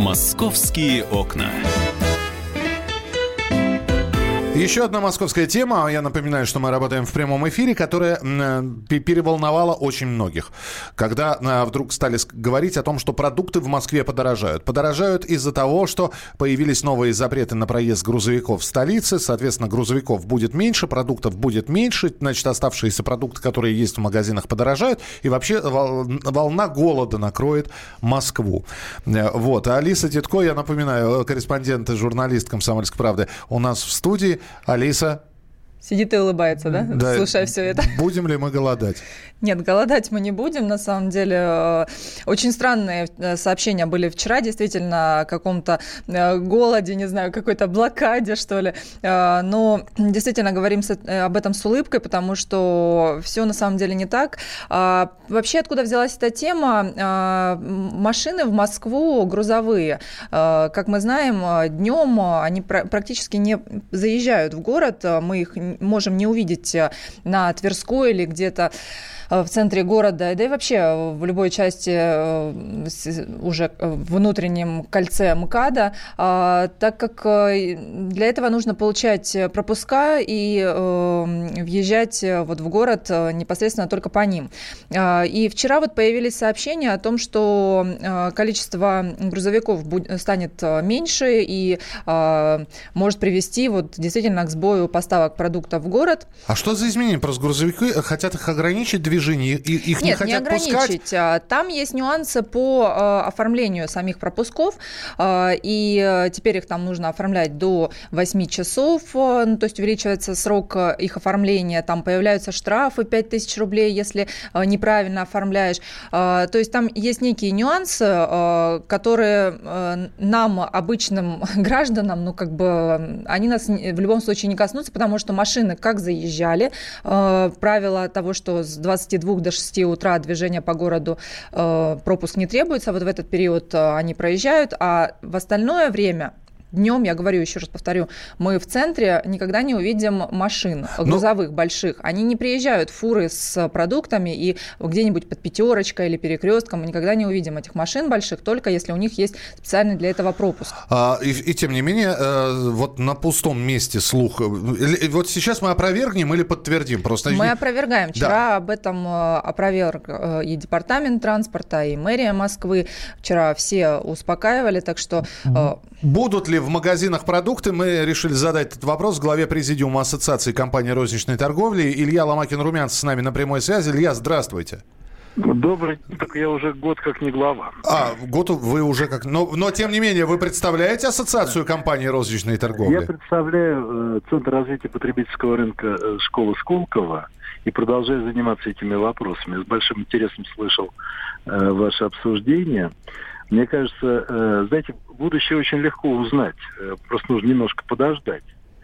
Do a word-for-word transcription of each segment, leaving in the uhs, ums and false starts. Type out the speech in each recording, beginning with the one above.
«Московские окна». Еще одна московская тема. Я напоминаю, что мы работаем в прямом эфире, которая переволновала очень многих. Когда вдруг стали говорить о том, что продукты в Москве подорожают. Подорожают из-за того, что появились новые запреты на проезд грузовиков в столице. Соответственно, грузовиков будет меньше, продуктов будет меньше. Значит, оставшиеся продукты, которые есть в магазинах, подорожают. И вообще волна голода накроет Москву. Вот. А Алиса Титко, я напоминаю, корреспондент и журналист «Комсомольской правды» у нас в студии. Алиса. Сидит и улыбается, да? Да. Слушая все это. Будем ли мы голодать? Нет, голодать мы не будем. На самом деле, очень странные сообщения были вчера, действительно, о каком-то голоде, не знаю, какой-то блокаде, что ли. Но действительно говорим об этом с улыбкой, потому что все на самом деле не так. Вообще, откуда взялась эта тема? Машины в Москву грузовые. Как мы знаем, днем они практически не заезжают в город. Мы их можем не увидеть на Тверской или где-то в центре города, да и вообще в любой части уже в внутреннем кольце МКАДа, так как для этого нужно получать пропуска и въезжать вот в город непосредственно только по ним. И вчера вот появились сообщения о том, что количество грузовиков станет меньше и может привести вот действительно к сбою поставок продуктов в город. А что за изменения? Просто грузовики хотят их ограничить, движение, их не Нет, хотят не ограничить. Пускать? Там есть нюансы по э, оформлению самих пропусков, э, и теперь их там нужно оформлять до восемь часов, э, ну, то есть увеличивается срок их оформления, там появляются штрафы пять тысяч рублей, если э, неправильно оформляешь. Э, то есть там есть некие нюансы, э, которые э, нам, обычным гражданам, ну, как бы, они нас в любом случае не коснутся, потому что машины как заезжали, э, правило того, что с двадцати двух до шести утра движение по городу, э, пропуск не требуется, вот в этот период э, они проезжают, а в остальное время... Днем, я говорю, еще раз повторю, мы в центре никогда не увидим машин грузовых, Но... больших. Они не приезжают фуры с продуктами, и где-нибудь под пятерочкой или перекрестком мы никогда не увидим этих машин больших, только если у них есть специальный для этого пропуск. А, и, и тем не менее, э, вот на пустом месте слух. Вот сейчас мы опровергнем или подтвердим? Просто... Мы опровергаем. Вчера да. об этом опроверг и департамент транспорта, и мэрия Москвы. Вчера все успокаивали, так что... Будут ли в магазинах продукты? Мы решили задать этот вопрос главе президиума Ассоциации компаний розничной торговли. Илья Ломакин-Румянцев с нами на прямой связи. Илья, здравствуйте. Добрый день, так я уже год как не глава. А, год вы уже как... Но, но тем не менее, вы представляете Ассоциацию компаний розничной торговли? Я представляю э, Центр развития потребительского рынка э, школы Сколково и продолжаю заниматься этими вопросами. С большим интересом слышал э, ваше обсуждение. Мне кажется, э, знаете, будущее очень легко узнать. Э, просто нужно немножко подождать.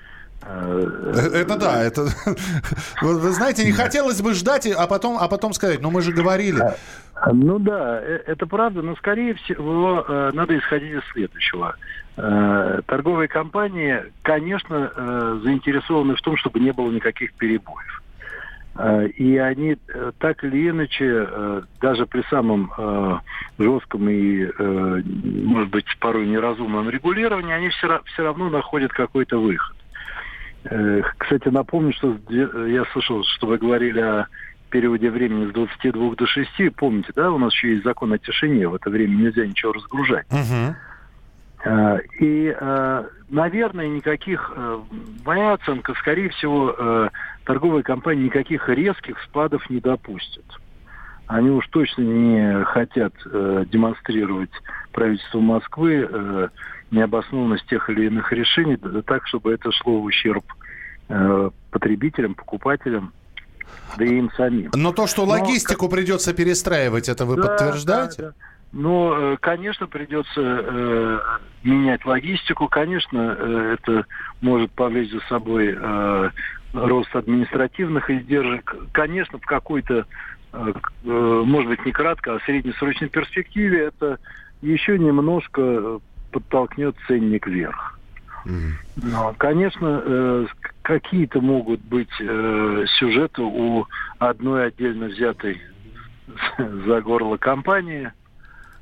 Это да, это... Вы знаете, не хотелось бы ждать, а потом, а потом сказать, ну мы же говорили. Ну да, это правда, но скорее всего надо исходить из следующего. Торговые компании, конечно, заинтересованы в том, чтобы не было никаких перебоев. И они так или иначе, даже при самом жестком и, может быть, порой неразумном регулировании, они все, все равно находят какой-то выход. Кстати, напомню, что я слышал, что вы говорили о периоде времени с двадцати двух до шести. Помните, да, у нас еще есть закон о тишине. В это время нельзя ничего разгружать. Uh-huh. И, наверное, никаких... Моя оценка, скорее всего, торговые компании никаких резких спадов не допустят. Они уж точно не хотят демонстрировать правительству Москвы необоснованность тех или иных решений, да, так, чтобы это шло в ущерб э, потребителям, покупателям, да и им самим. Но то, что логистику Но, придется перестраивать, это вы да, подтверждаете? Да, да. Но, э, конечно, придется э, менять логистику, конечно, э, это может повлечь за собой э, рост административных издержек. Конечно, в какой-то, э, э, может быть, не кратко, а среднесрочной перспективе это еще немножко подтолкнет ценник вверх. Mm. Но, конечно, э, какие-то могут быть э, сюжеты у одной отдельно взятой за горло компании,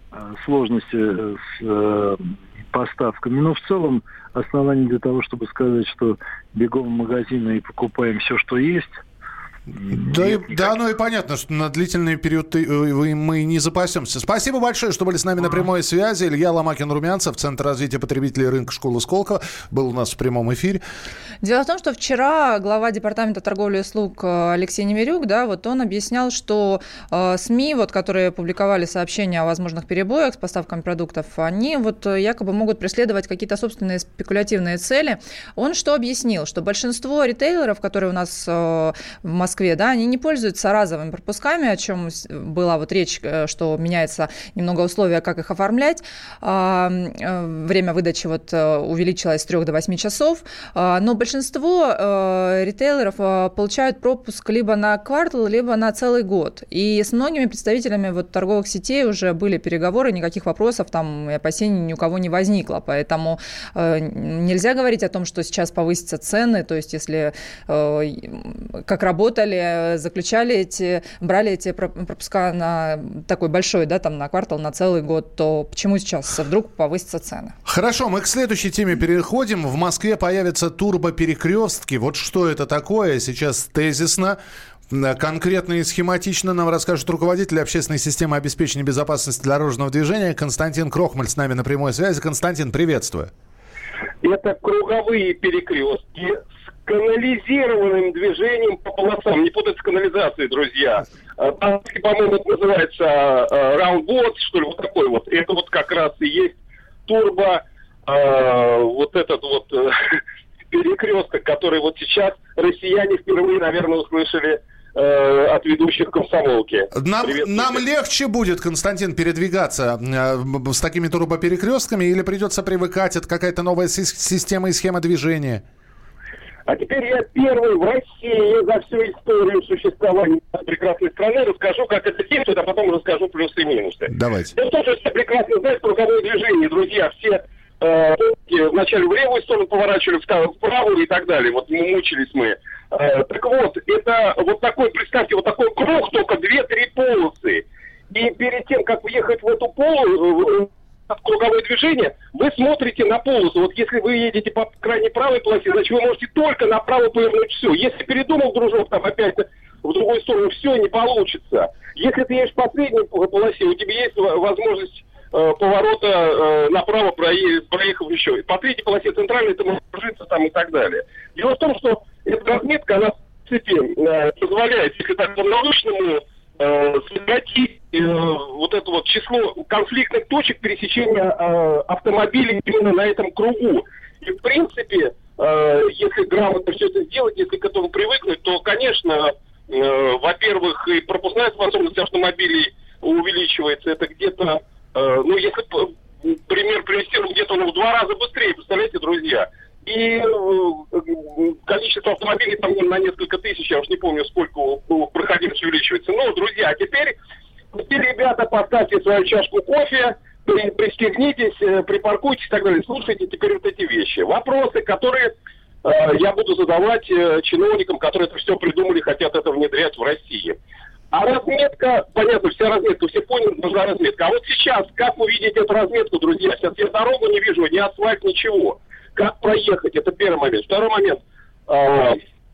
сложности с поставками. Но в целом оснований для того, чтобы сказать, что бегом в магазины и покупаем все, что есть. Да, и, да, ну и понятно, что на длительный период мы не запасемся. Спасибо большое, что были с нами на прямой связи. Илья Ломакин-Румянцев, Центр развития потребителей рынка школы Сколково, был у нас в прямом эфире. Дело в том, что вчера глава департамента торговли и услуг Алексей Немирюк, да, вот он объяснял, что э, СМИ, вот, которые публиковали сообщения о возможных перебоях с поставками продуктов, они вот якобы могут преследовать какие-то собственные спекулятивные цели. Он что объяснил? Что большинство ритейлеров, которые у нас э, в Москве, да, они не пользуются разовыми пропусками, о чем была вот речь, что меняется немного условия, как их оформлять. Время выдачи вот увеличилось с трех до восьми часов, но большинство ритейлеров получают пропуск либо на квартал, либо на целый год. И с многими представителями вот торговых сетей уже были переговоры, никаких вопросов там и опасений ни у кого не возникло. Поэтому нельзя говорить о том, что сейчас повысятся цены, то есть если как работали, заключали эти, брали эти пропуска на такой большой, да, там на квартал, на целый год, то почему сейчас вдруг повысятся цены? Хорошо, мы к следующей теме переходим. В Москве появятся турбоперекрестки. Вот что это такое сейчас тезисно. Конкретно и схематично нам расскажет руководитель общественной системы обеспечения безопасности дорожного движения Константин Крохмаль с нами на прямой связи. Константин, приветствую. Это круговые перекрестки с канализированным движением по полосам. Не путать с канализацией, друзья. По-моему, это называется раундбот, что ли, вот такой вот. Это вот как раз и есть турбо, вот этот вот перекресток, который вот сейчас россияне впервые, наверное, услышали от ведущих комсомолки. Нам, нам легче будет, Константин, передвигаться э, с такими турбоперекрестками или придется привыкать? Это какая-то новая си- система и схема движения? А теперь я первый в России за всю историю существования прекрасной страны расскажу, как это действует, а потом расскажу плюсы и минусы. Давайте. Дело в том, что все прекрасно знают круговое движение, друзья. Все э, вначале в левую сторону поворачивали, в правую и так далее. Вот мучились мы. Э, так вот, это вот такой, представьте, вот такой круг, только две-три полосы. И перед тем, как въехать в эту полосу, круговое движение, вы смотрите на полосу. Вот если вы едете по крайней правой полосе, значит, вы можете только направо повернуть все. Если передумал, дружок, там опять в другую сторону, все, не получится. Если ты едешь по средней полосе, у тебя есть возможность э, поворота э, направо, проехав, проехав еще. По третьей полосе центральной ты можешь житься там и так далее. Дело в том, что эта разметка, она, в принципе, э, позволяет, если так по-научному, сократить э, вот это вот число конфликтных точек пересечения э, автомобилей именно на этом кругу. И, в принципе, э, если грамотно все это сделать, если к этому привыкнуть, то, конечно, э, во-первых, и пропускная способность автомобилей увеличивается. Это где-то, э, ну, если пример привести, ну, где-то ну, в два раза быстрее, представляете, друзья. И количество автомобилей там на несколько тысяч, я уж не помню, сколько у проходимцев увеличивается. Ну, друзья, теперь, теперь, ребята, поставьте свою чашку кофе, при, пристегнитесь, припаркуйтесь и так далее. Слушайте теперь вот эти вещи. Вопросы, которые э, я буду задавать э, чиновникам, которые это все придумали, хотят это внедрять в России. А разметка, понятно, вся разметка, все поняли, нужна разметка. А вот сейчас, как увидеть эту разметку, друзья? Сейчас я дорогу не вижу, ни асфальт, ничего. Как проехать? Это первый момент. Второй момент. Э,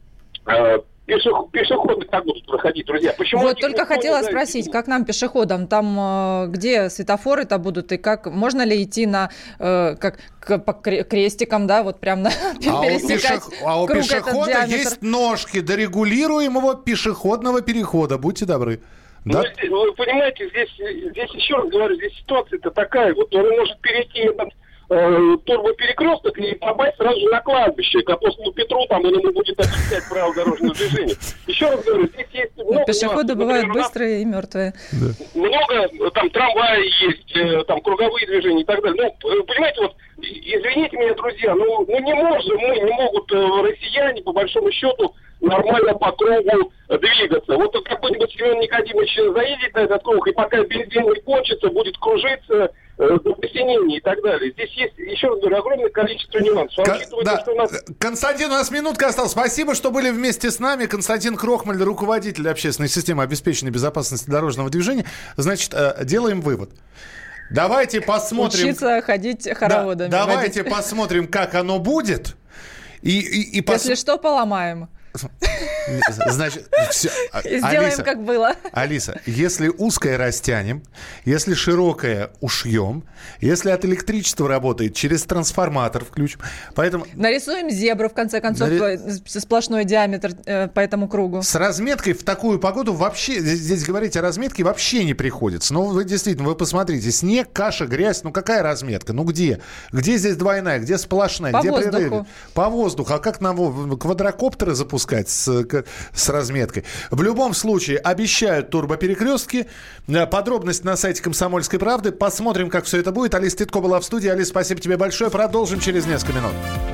э, пешеход, пешеходы как будут проходить, друзья? Почему вот только хотела спросить, как нам, пешеходам, там э, где светофоры-то будут, и как можно ли идти на э, как к, по крестикам, да, вот прям на, а пересекать у, пешех... а у пешехода есть ножки до регулируемого пешеходного перехода. Будьте добры. Да? Ну, здесь, вы понимаете, здесь, здесь еще раз говорю, здесь ситуация-то такая, вот он может перейти этот турбоперекресток и попасть сразу же на кладбище. К апостолу Петру там он ему будет объяснять правила дорожного движения. Еще раз говорю, здесь есть много... Пешеходы бывают быстрые и мертвые. Да. Много, там трамваи есть, там круговые движения и так далее. Ну, понимаете, вот, извините меня, друзья, ну, ну не можем мы, не могут россияне, по большому счету, нормально по кругу двигаться. Вот какой-нибудь Семен Никодимович заедет на этот круг, и пока бензин не кончится, будет кружиться э, до посинения и так далее. Здесь есть, еще раз говорю, огромное количество нюансов. Кон- да. Что у нас... Константин, у нас минутка осталась. Спасибо, что были вместе с нами. Константин Крохмаль, руководитель общественной системы обеспечения безопасности дорожного движения. Значит, э, делаем вывод. Давайте посмотрим... Учиться ходить хороводами. Да, давайте водить. Посмотрим, как оно будет. И, и, и пос... Если что, поломаем. Значит, все. И сделаем, Алиса, как было. Алиса, если узкое растянем, если широкое ушьем, если от электричества работает, через трансформатор включим. Поэтому... Нарисуем зебру, в конце концов, Нари... сплошной диаметр э, по этому кругу. С разметкой в такую погоду вообще, здесь говорить о разметке вообще не приходится. Ну, вы действительно, вы посмотрите, снег, каша, грязь, ну какая разметка? Ну где? Где здесь двойная, где сплошная? По где воздуху. Прерыв? По воздуху. А как на квадрокоптеры запускать с, с разметкой? В любом случае, обещают турбоперекрестки. Подробности на сайте «Комсомольской правды». Посмотрим, как все это будет. Алиса Титко была в студии. Алис, спасибо тебе большое. Продолжим через несколько минут.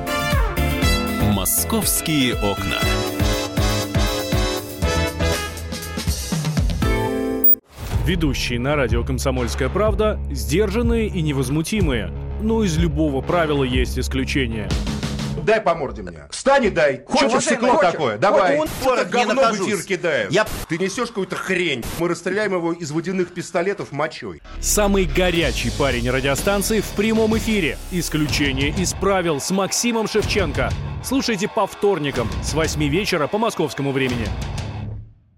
«Московские окна». Ведущие на радио «Комсомольская правда» сдержанные и невозмутимые. Но из любого правила есть исключение. Дай по морде мне. Встань и дай. Хочешь стекло такое? Давай. Это говно в эфир кидаем. Я... Ты несешь какую-то хрень. Мы расстреляем его из водяных пистолетов мочой. Самый горячий парень радиостанции в прямом эфире. Исключение из правил с Максимом Шевченко. Слушайте по вторникам с восьми вечера по московскому времени.